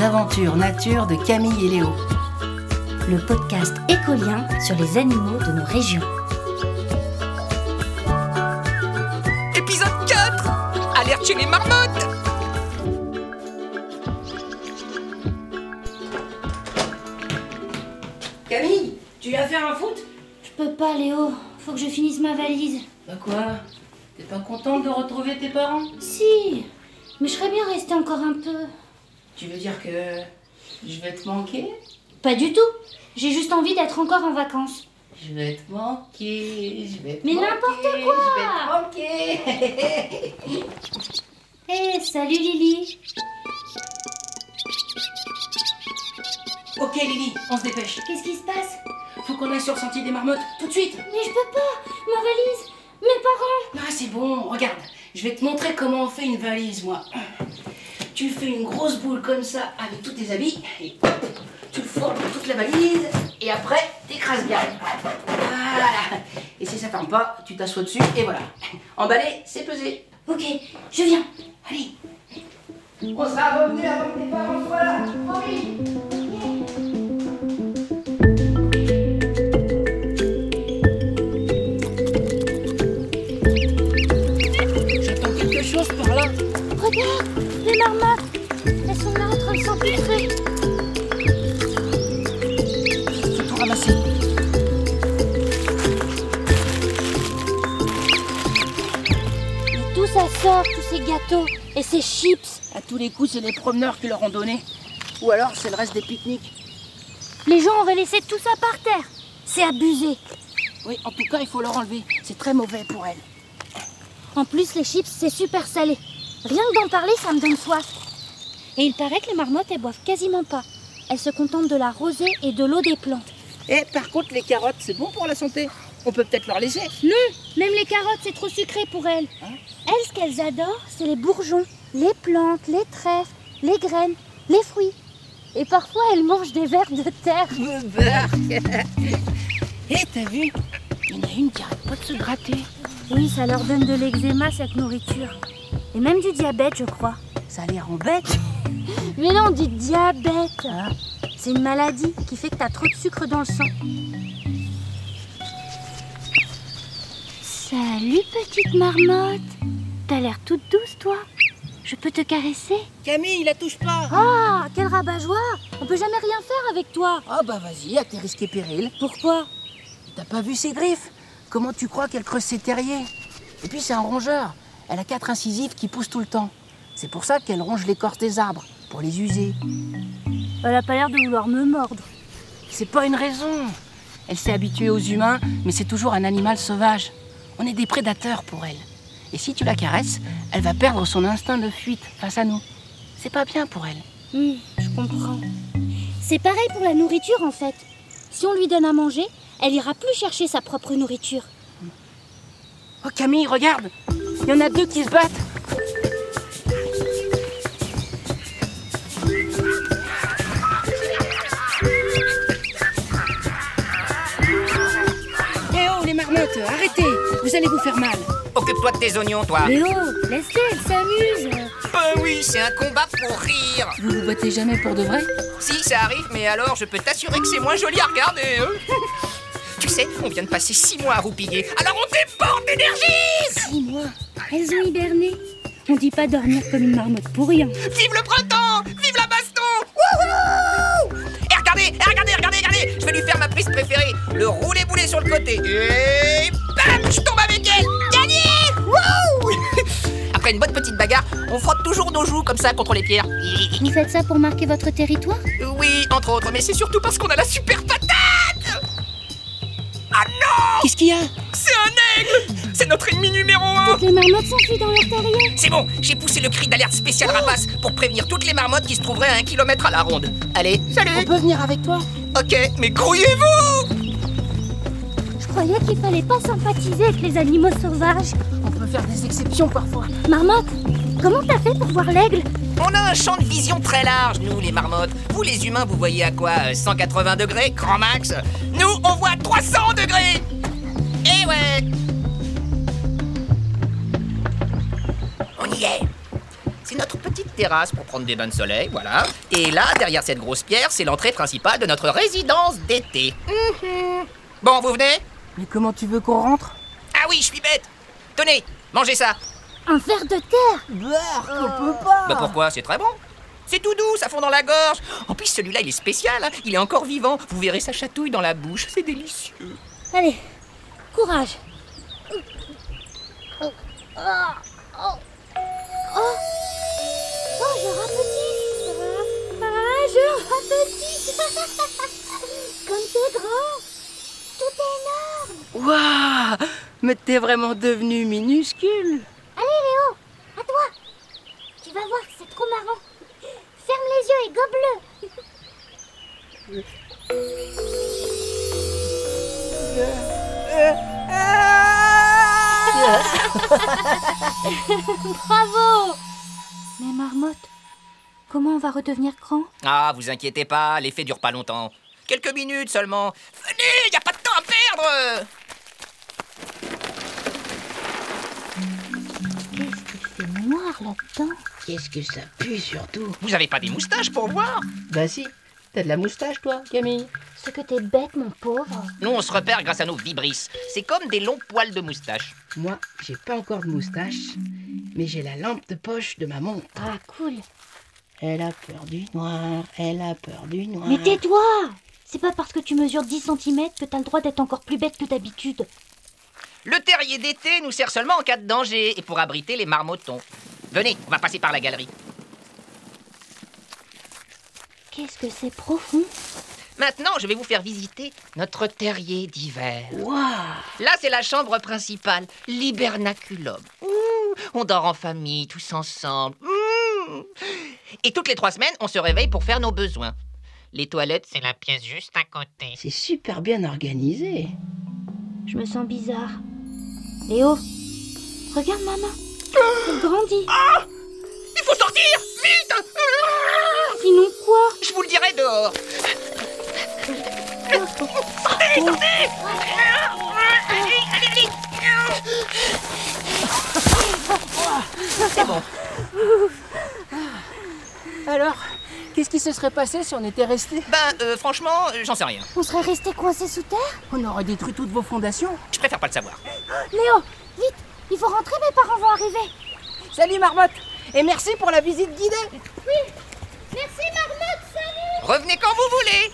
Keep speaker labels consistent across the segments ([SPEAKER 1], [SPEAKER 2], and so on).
[SPEAKER 1] les aventures nature de Camille et Léo.
[SPEAKER 2] Le podcast écolien sur les animaux de nos régions.
[SPEAKER 3] Épisode 4 : Alerte chez les marmottes.
[SPEAKER 1] Camille, tu viens faire un foot ?
[SPEAKER 2] Je peux pas, Léo. Faut que je finisse ma valise.
[SPEAKER 1] Bah quoi ? T'es pas contente de retrouver tes parents ?
[SPEAKER 2] Si, mais je serais bien restée encore un peu.
[SPEAKER 1] Tu veux dire que je vais te manquer ?
[SPEAKER 2] Pas du tout. J'ai juste envie d'être encore en vacances.
[SPEAKER 1] Je vais te manquer,
[SPEAKER 2] Mais n'importe quoi.
[SPEAKER 1] Je vais te manquer.
[SPEAKER 2] Hé, salut Lily.
[SPEAKER 1] Ok Lily, on se dépêche.
[SPEAKER 2] Qu'est-ce qui se passe?
[SPEAKER 1] Faut qu'on aille sur le sentier des marmottes, tout de suite.
[SPEAKER 2] Mais je peux pas. Ma valise, mes parents.
[SPEAKER 1] Ah c'est bon, regarde. Je vais te montrer comment on fait une valise, moi. Tu fais une grosse boule comme ça avec tous tes habits. Et hop, tu le formes dans toute la valise. Et après, t'écrases bien. Voilà. Et si ça ferme pas, tu t'assois dessus et voilà. Emballé, c'est pesé.
[SPEAKER 2] Ok, je viens.
[SPEAKER 1] Allez. On sera revenu avant que tes parents soient là. Promis. J'entends quelque chose par là.
[SPEAKER 2] Regarde, les marmottes. Elles sont là en train de s'empêtrer.
[SPEAKER 1] Faut tout ramasser.
[SPEAKER 2] Mais d'où ça sort, tous ces gâteaux et ces chips?
[SPEAKER 1] À tous les coups, c'est les promeneurs qui leur ont donné. Ou alors, c'est le reste des pique-niques.
[SPEAKER 2] Les gens auraient laissé tout ça par terre. C'est abusé.
[SPEAKER 1] Oui, en tout cas, il faut leur enlever. C'est très mauvais pour elles.
[SPEAKER 2] En plus, les chips, c'est super salé. Rien que d'en parler, ça me donne soif. Et il paraît que les marmottes, elles boivent quasiment pas. Elles se contentent de la rosée et de l'eau des plantes.
[SPEAKER 1] Et par contre, les carottes, c'est bon pour la santé. On peut peut-être leur laisser.
[SPEAKER 2] Non, même les carottes, c'est trop sucré pour elles. Elles, ce qu'elles adorent, c'est les bourgeons, les plantes, les trèfles, les graines, les fruits. Et parfois, elles mangent des vers de terre.
[SPEAKER 1] Et t'as vu ? Il y en a une qui arrête pas de se gratter.
[SPEAKER 2] Oui, ça leur donne de l'eczéma, cette nourriture. Et même du diabète, je crois.
[SPEAKER 1] Ça les rend bêtes.
[SPEAKER 2] Mais non, du diabète. C'est une maladie qui fait que t'as trop de sucre dans le sang. Salut, petite marmotte. T'as l'air toute douce, toi. Je peux te caresser?
[SPEAKER 1] Camille, la touche pas.
[SPEAKER 2] Ah, quel rabat-joie. On peut jamais rien faire avec toi.
[SPEAKER 1] Ah bah vas-y, à tes risques et périls.
[SPEAKER 2] Pourquoi?
[SPEAKER 1] T'as pas vu ses griffes? Comment tu crois qu'elle creuse ses terriers? Et puis c'est un rongeur. Elle a 4 incisives qui poussent tout le temps. C'est pour ça qu'elle ronge l'écorce des arbres, pour les user.
[SPEAKER 2] Elle a pas l'air de vouloir me mordre.
[SPEAKER 1] C'est pas une raison. Elle s'est habituée aux humains, mais c'est toujours un animal sauvage. On est des prédateurs pour elle. Et si tu la caresses, elle va perdre son instinct de fuite face à nous. C'est pas bien pour elle.
[SPEAKER 2] Je comprends. C'est pareil pour la nourriture, en fait. Si on lui donne à manger, elle ira plus chercher sa propre nourriture.
[SPEAKER 1] Oh Camille, regarde. Il y en a 2 qui se battent. Eh oh les marmottes, arrêtez. Vous allez vous faire mal.
[SPEAKER 3] Occupe-toi de tes oignons, toi.
[SPEAKER 2] Léo, laisse-les, elle s'amuse.
[SPEAKER 3] Oui, c'est un combat pour rire.
[SPEAKER 1] Vous vous battez jamais pour de vrai?
[SPEAKER 3] Si, ça arrive, mais alors je peux t'assurer que c'est moins joli à regarder. Tu sais, on vient de passer 6 mois à roupiller, alors on déborde d'énergie.
[SPEAKER 2] 6 mois. Elles ont hiberné. On dit pas dormir comme une marmotte pour rien.
[SPEAKER 3] Vive le printemps. Vive la baston. Wouhou. Et regardez. Je vais lui faire ma prise préférée. Le roulé-boulé sur le côté. Et bam, je tombe avec elle. Gagné. Wouh. Après une bonne petite bagarre, on frotte toujours nos joues comme ça contre les pierres.
[SPEAKER 2] Vous faites ça pour marquer votre territoire?
[SPEAKER 3] Oui, entre autres, mais c'est surtout parce qu'on a la super patate. Ah non.
[SPEAKER 1] Qu'est-ce qu'il y a?
[SPEAKER 3] C'est un aigle. C'est notre ennemi numéro 1.
[SPEAKER 2] Les marmottes s'enfuient dans leur terrier.
[SPEAKER 3] C'est bon, j'ai poussé le cri d'alerte spécial rapace pour prévenir toutes les marmottes qui se trouveraient à 1 kilomètre à la ronde. Allez, salut.
[SPEAKER 1] On peut venir avec toi?
[SPEAKER 3] Ok, mais grouillez-vous.
[SPEAKER 2] Je croyais qu'il fallait pas sympathiser avec les animaux sauvages.
[SPEAKER 1] On peut faire des exceptions parfois.
[SPEAKER 2] Marmotte, comment t'as fait pour voir l'aigle?
[SPEAKER 3] On a un champ de vision très large, nous les marmottes. Vous les humains, vous voyez à quoi? 180 degrés, grand max. Nous, on voit 300 degrés. Eh ouais. On y est. C'est notre petite terrasse pour prendre des bains de soleil, voilà. Et là, derrière cette grosse pierre, c'est l'entrée principale de notre résidence d'été. Bon, vous venez?
[SPEAKER 1] Mais comment tu veux qu'on rentre?
[SPEAKER 3] Ah oui, je suis bête. Tenez, mangez ça.
[SPEAKER 2] Un ver de terre.
[SPEAKER 1] On peut pas.
[SPEAKER 3] Bah pourquoi? C'est très bon. C'est tout doux, ça fond dans la gorge. En plus, celui-là, il est spécial, hein. Il est encore vivant. Vous verrez, ça chatouille dans la bouche. C'est délicieux.
[SPEAKER 2] Allez, courage. Oh, je rapetisse. Je rapetisse. Comme t'es grand. Tout est énorme.
[SPEAKER 1] Waouh, mais t'es vraiment devenu minuscule.
[SPEAKER 2] Allez Léo, à toi. Tu vas voir, c'est trop marrant. Ferme les yeux et gobe-le. Bravo. Mais Marmotte, comment on va redevenir grand?
[SPEAKER 3] Ah, vous inquiétez pas, l'effet dure pas longtemps. Quelques minutes seulement. Venez, y a pas de temps à perdre.
[SPEAKER 2] Qu'est-ce que c'est noir là-dedans?
[SPEAKER 1] Qu'est-ce que ça pue surtout?
[SPEAKER 3] Vous avez pas des moustaches pour voir?
[SPEAKER 1] Bah si, t'as de la moustache toi, Camille.
[SPEAKER 2] C'est que t'es bête, mon pauvre.
[SPEAKER 3] Nous, on se repère grâce à nos vibrisses. C'est comme des longs poils de moustache.
[SPEAKER 1] Moi, j'ai pas encore de moustache, mais j'ai la lampe de poche de ma montre.
[SPEAKER 2] Ah, cool.
[SPEAKER 1] Elle a peur du noir, elle a peur du noir.
[SPEAKER 2] Mais tais-toi! C'est pas parce que tu mesures 10 cm que t'as le droit d'être encore plus bête que d'habitude.
[SPEAKER 3] Le terrier d'été nous sert seulement en cas de danger et pour abriter les marmottons. Venez, on va passer par la galerie.
[SPEAKER 2] Qu'est-ce que c'est profond?
[SPEAKER 3] Maintenant, je vais vous faire visiter notre terrier d'hiver.
[SPEAKER 1] Waouh!
[SPEAKER 3] Là, c'est la chambre principale, l'hibernaculum. On dort en famille, tous ensemble. Et toutes les 3 semaines, on se réveille pour faire nos besoins. Les toilettes, c'est la pièce juste à côté.
[SPEAKER 1] C'est super bien organisé.
[SPEAKER 2] Je me sens bizarre. Léo, regarde maman. Elle grandit.
[SPEAKER 3] Il faut sortir! Vite!
[SPEAKER 2] Sinon quoi?
[SPEAKER 3] Je vous le dirai dehors. Sortez! Allez! C'est bon.
[SPEAKER 1] Alors, qu'est-ce qui se serait passé si on était resté?
[SPEAKER 3] Franchement, j'en sais rien.
[SPEAKER 2] On serait resté coincé sous terre?
[SPEAKER 1] On aurait détruit toutes vos fondations.
[SPEAKER 3] Je préfère pas le savoir.
[SPEAKER 2] Léo, vite, il faut rentrer, mes parents vont arriver.
[SPEAKER 1] Salut Marmotte, et merci pour la visite guidée.
[SPEAKER 2] Oui, merci Marmotte, salut.
[SPEAKER 3] Revenez quand vous voulez.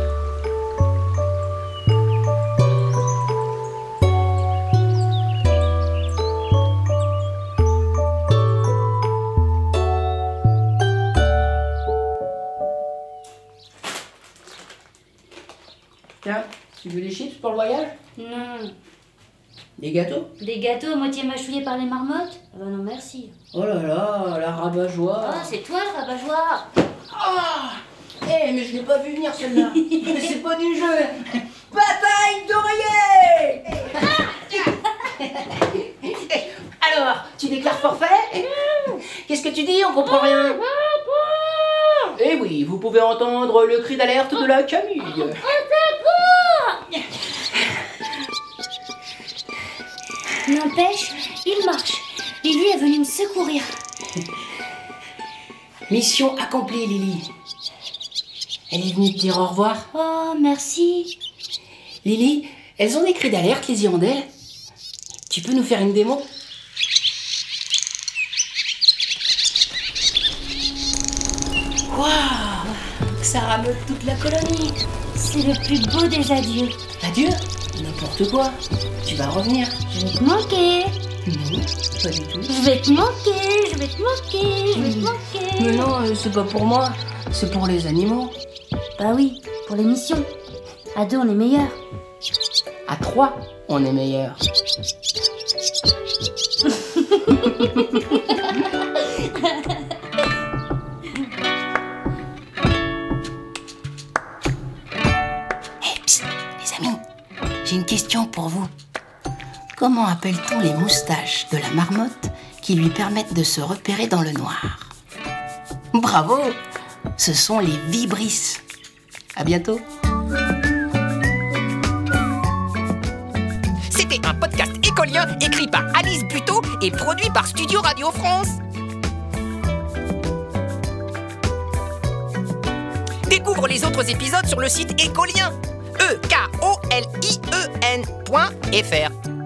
[SPEAKER 1] Tiens, tu veux des chips pour le voyage?
[SPEAKER 2] Non,
[SPEAKER 1] Des gâteaux?
[SPEAKER 2] des gâteaux à moitié mâchouillés par les marmottes? Ah bah non, merci.
[SPEAKER 1] Oh là là, la rabat-joie.
[SPEAKER 2] Ah, c'est toi le rabat-joie.
[SPEAKER 1] Ah, mais je l'ai pas vu venir celle-là. C'est pas du jeu. Bataille d'oreiller. Alors, tu déclares forfait? Qu'est-ce que tu dis? On comprend rien. Eh oui, vous pouvez entendre le cri d'alerte de la Camille.
[SPEAKER 2] N'empêche, il marche. Lily est venue me secourir.
[SPEAKER 1] Mission accomplie, Lily. Elle est venue te dire au revoir.
[SPEAKER 2] Oh, merci.
[SPEAKER 1] Lily, elles ont des cris d'alerte, les hirondelles. Tu peux nous faire une démo? Waouh, ça rameute toute la colonie.
[SPEAKER 2] C'est le plus beau des adieux.
[SPEAKER 1] Adieu? N'importe quoi. Tu vas revenir.
[SPEAKER 2] Je vais te manquer.
[SPEAKER 1] Non, pas du tout.
[SPEAKER 2] Je vais te manquer, je vais te manquer, je vais te manquer.
[SPEAKER 1] Mais non, c'est pas pour moi. C'est pour les animaux.
[SPEAKER 2] Bah oui, pour l'émission. À 2, on est meilleurs.
[SPEAKER 1] À 3, on est meilleur. Psst, les amis, j'ai une question pour vous. Comment appelle-t-on les moustaches de la marmotte qui lui permettent de se repérer dans le noir? Bravo! Ce sont les vibrisses. À bientôt.
[SPEAKER 3] C'était un podcast écolien écrit par Alice Buteau et produit par Studio Radio France. Découvre les autres épisodes sur le site Écolien, ekolien.fr.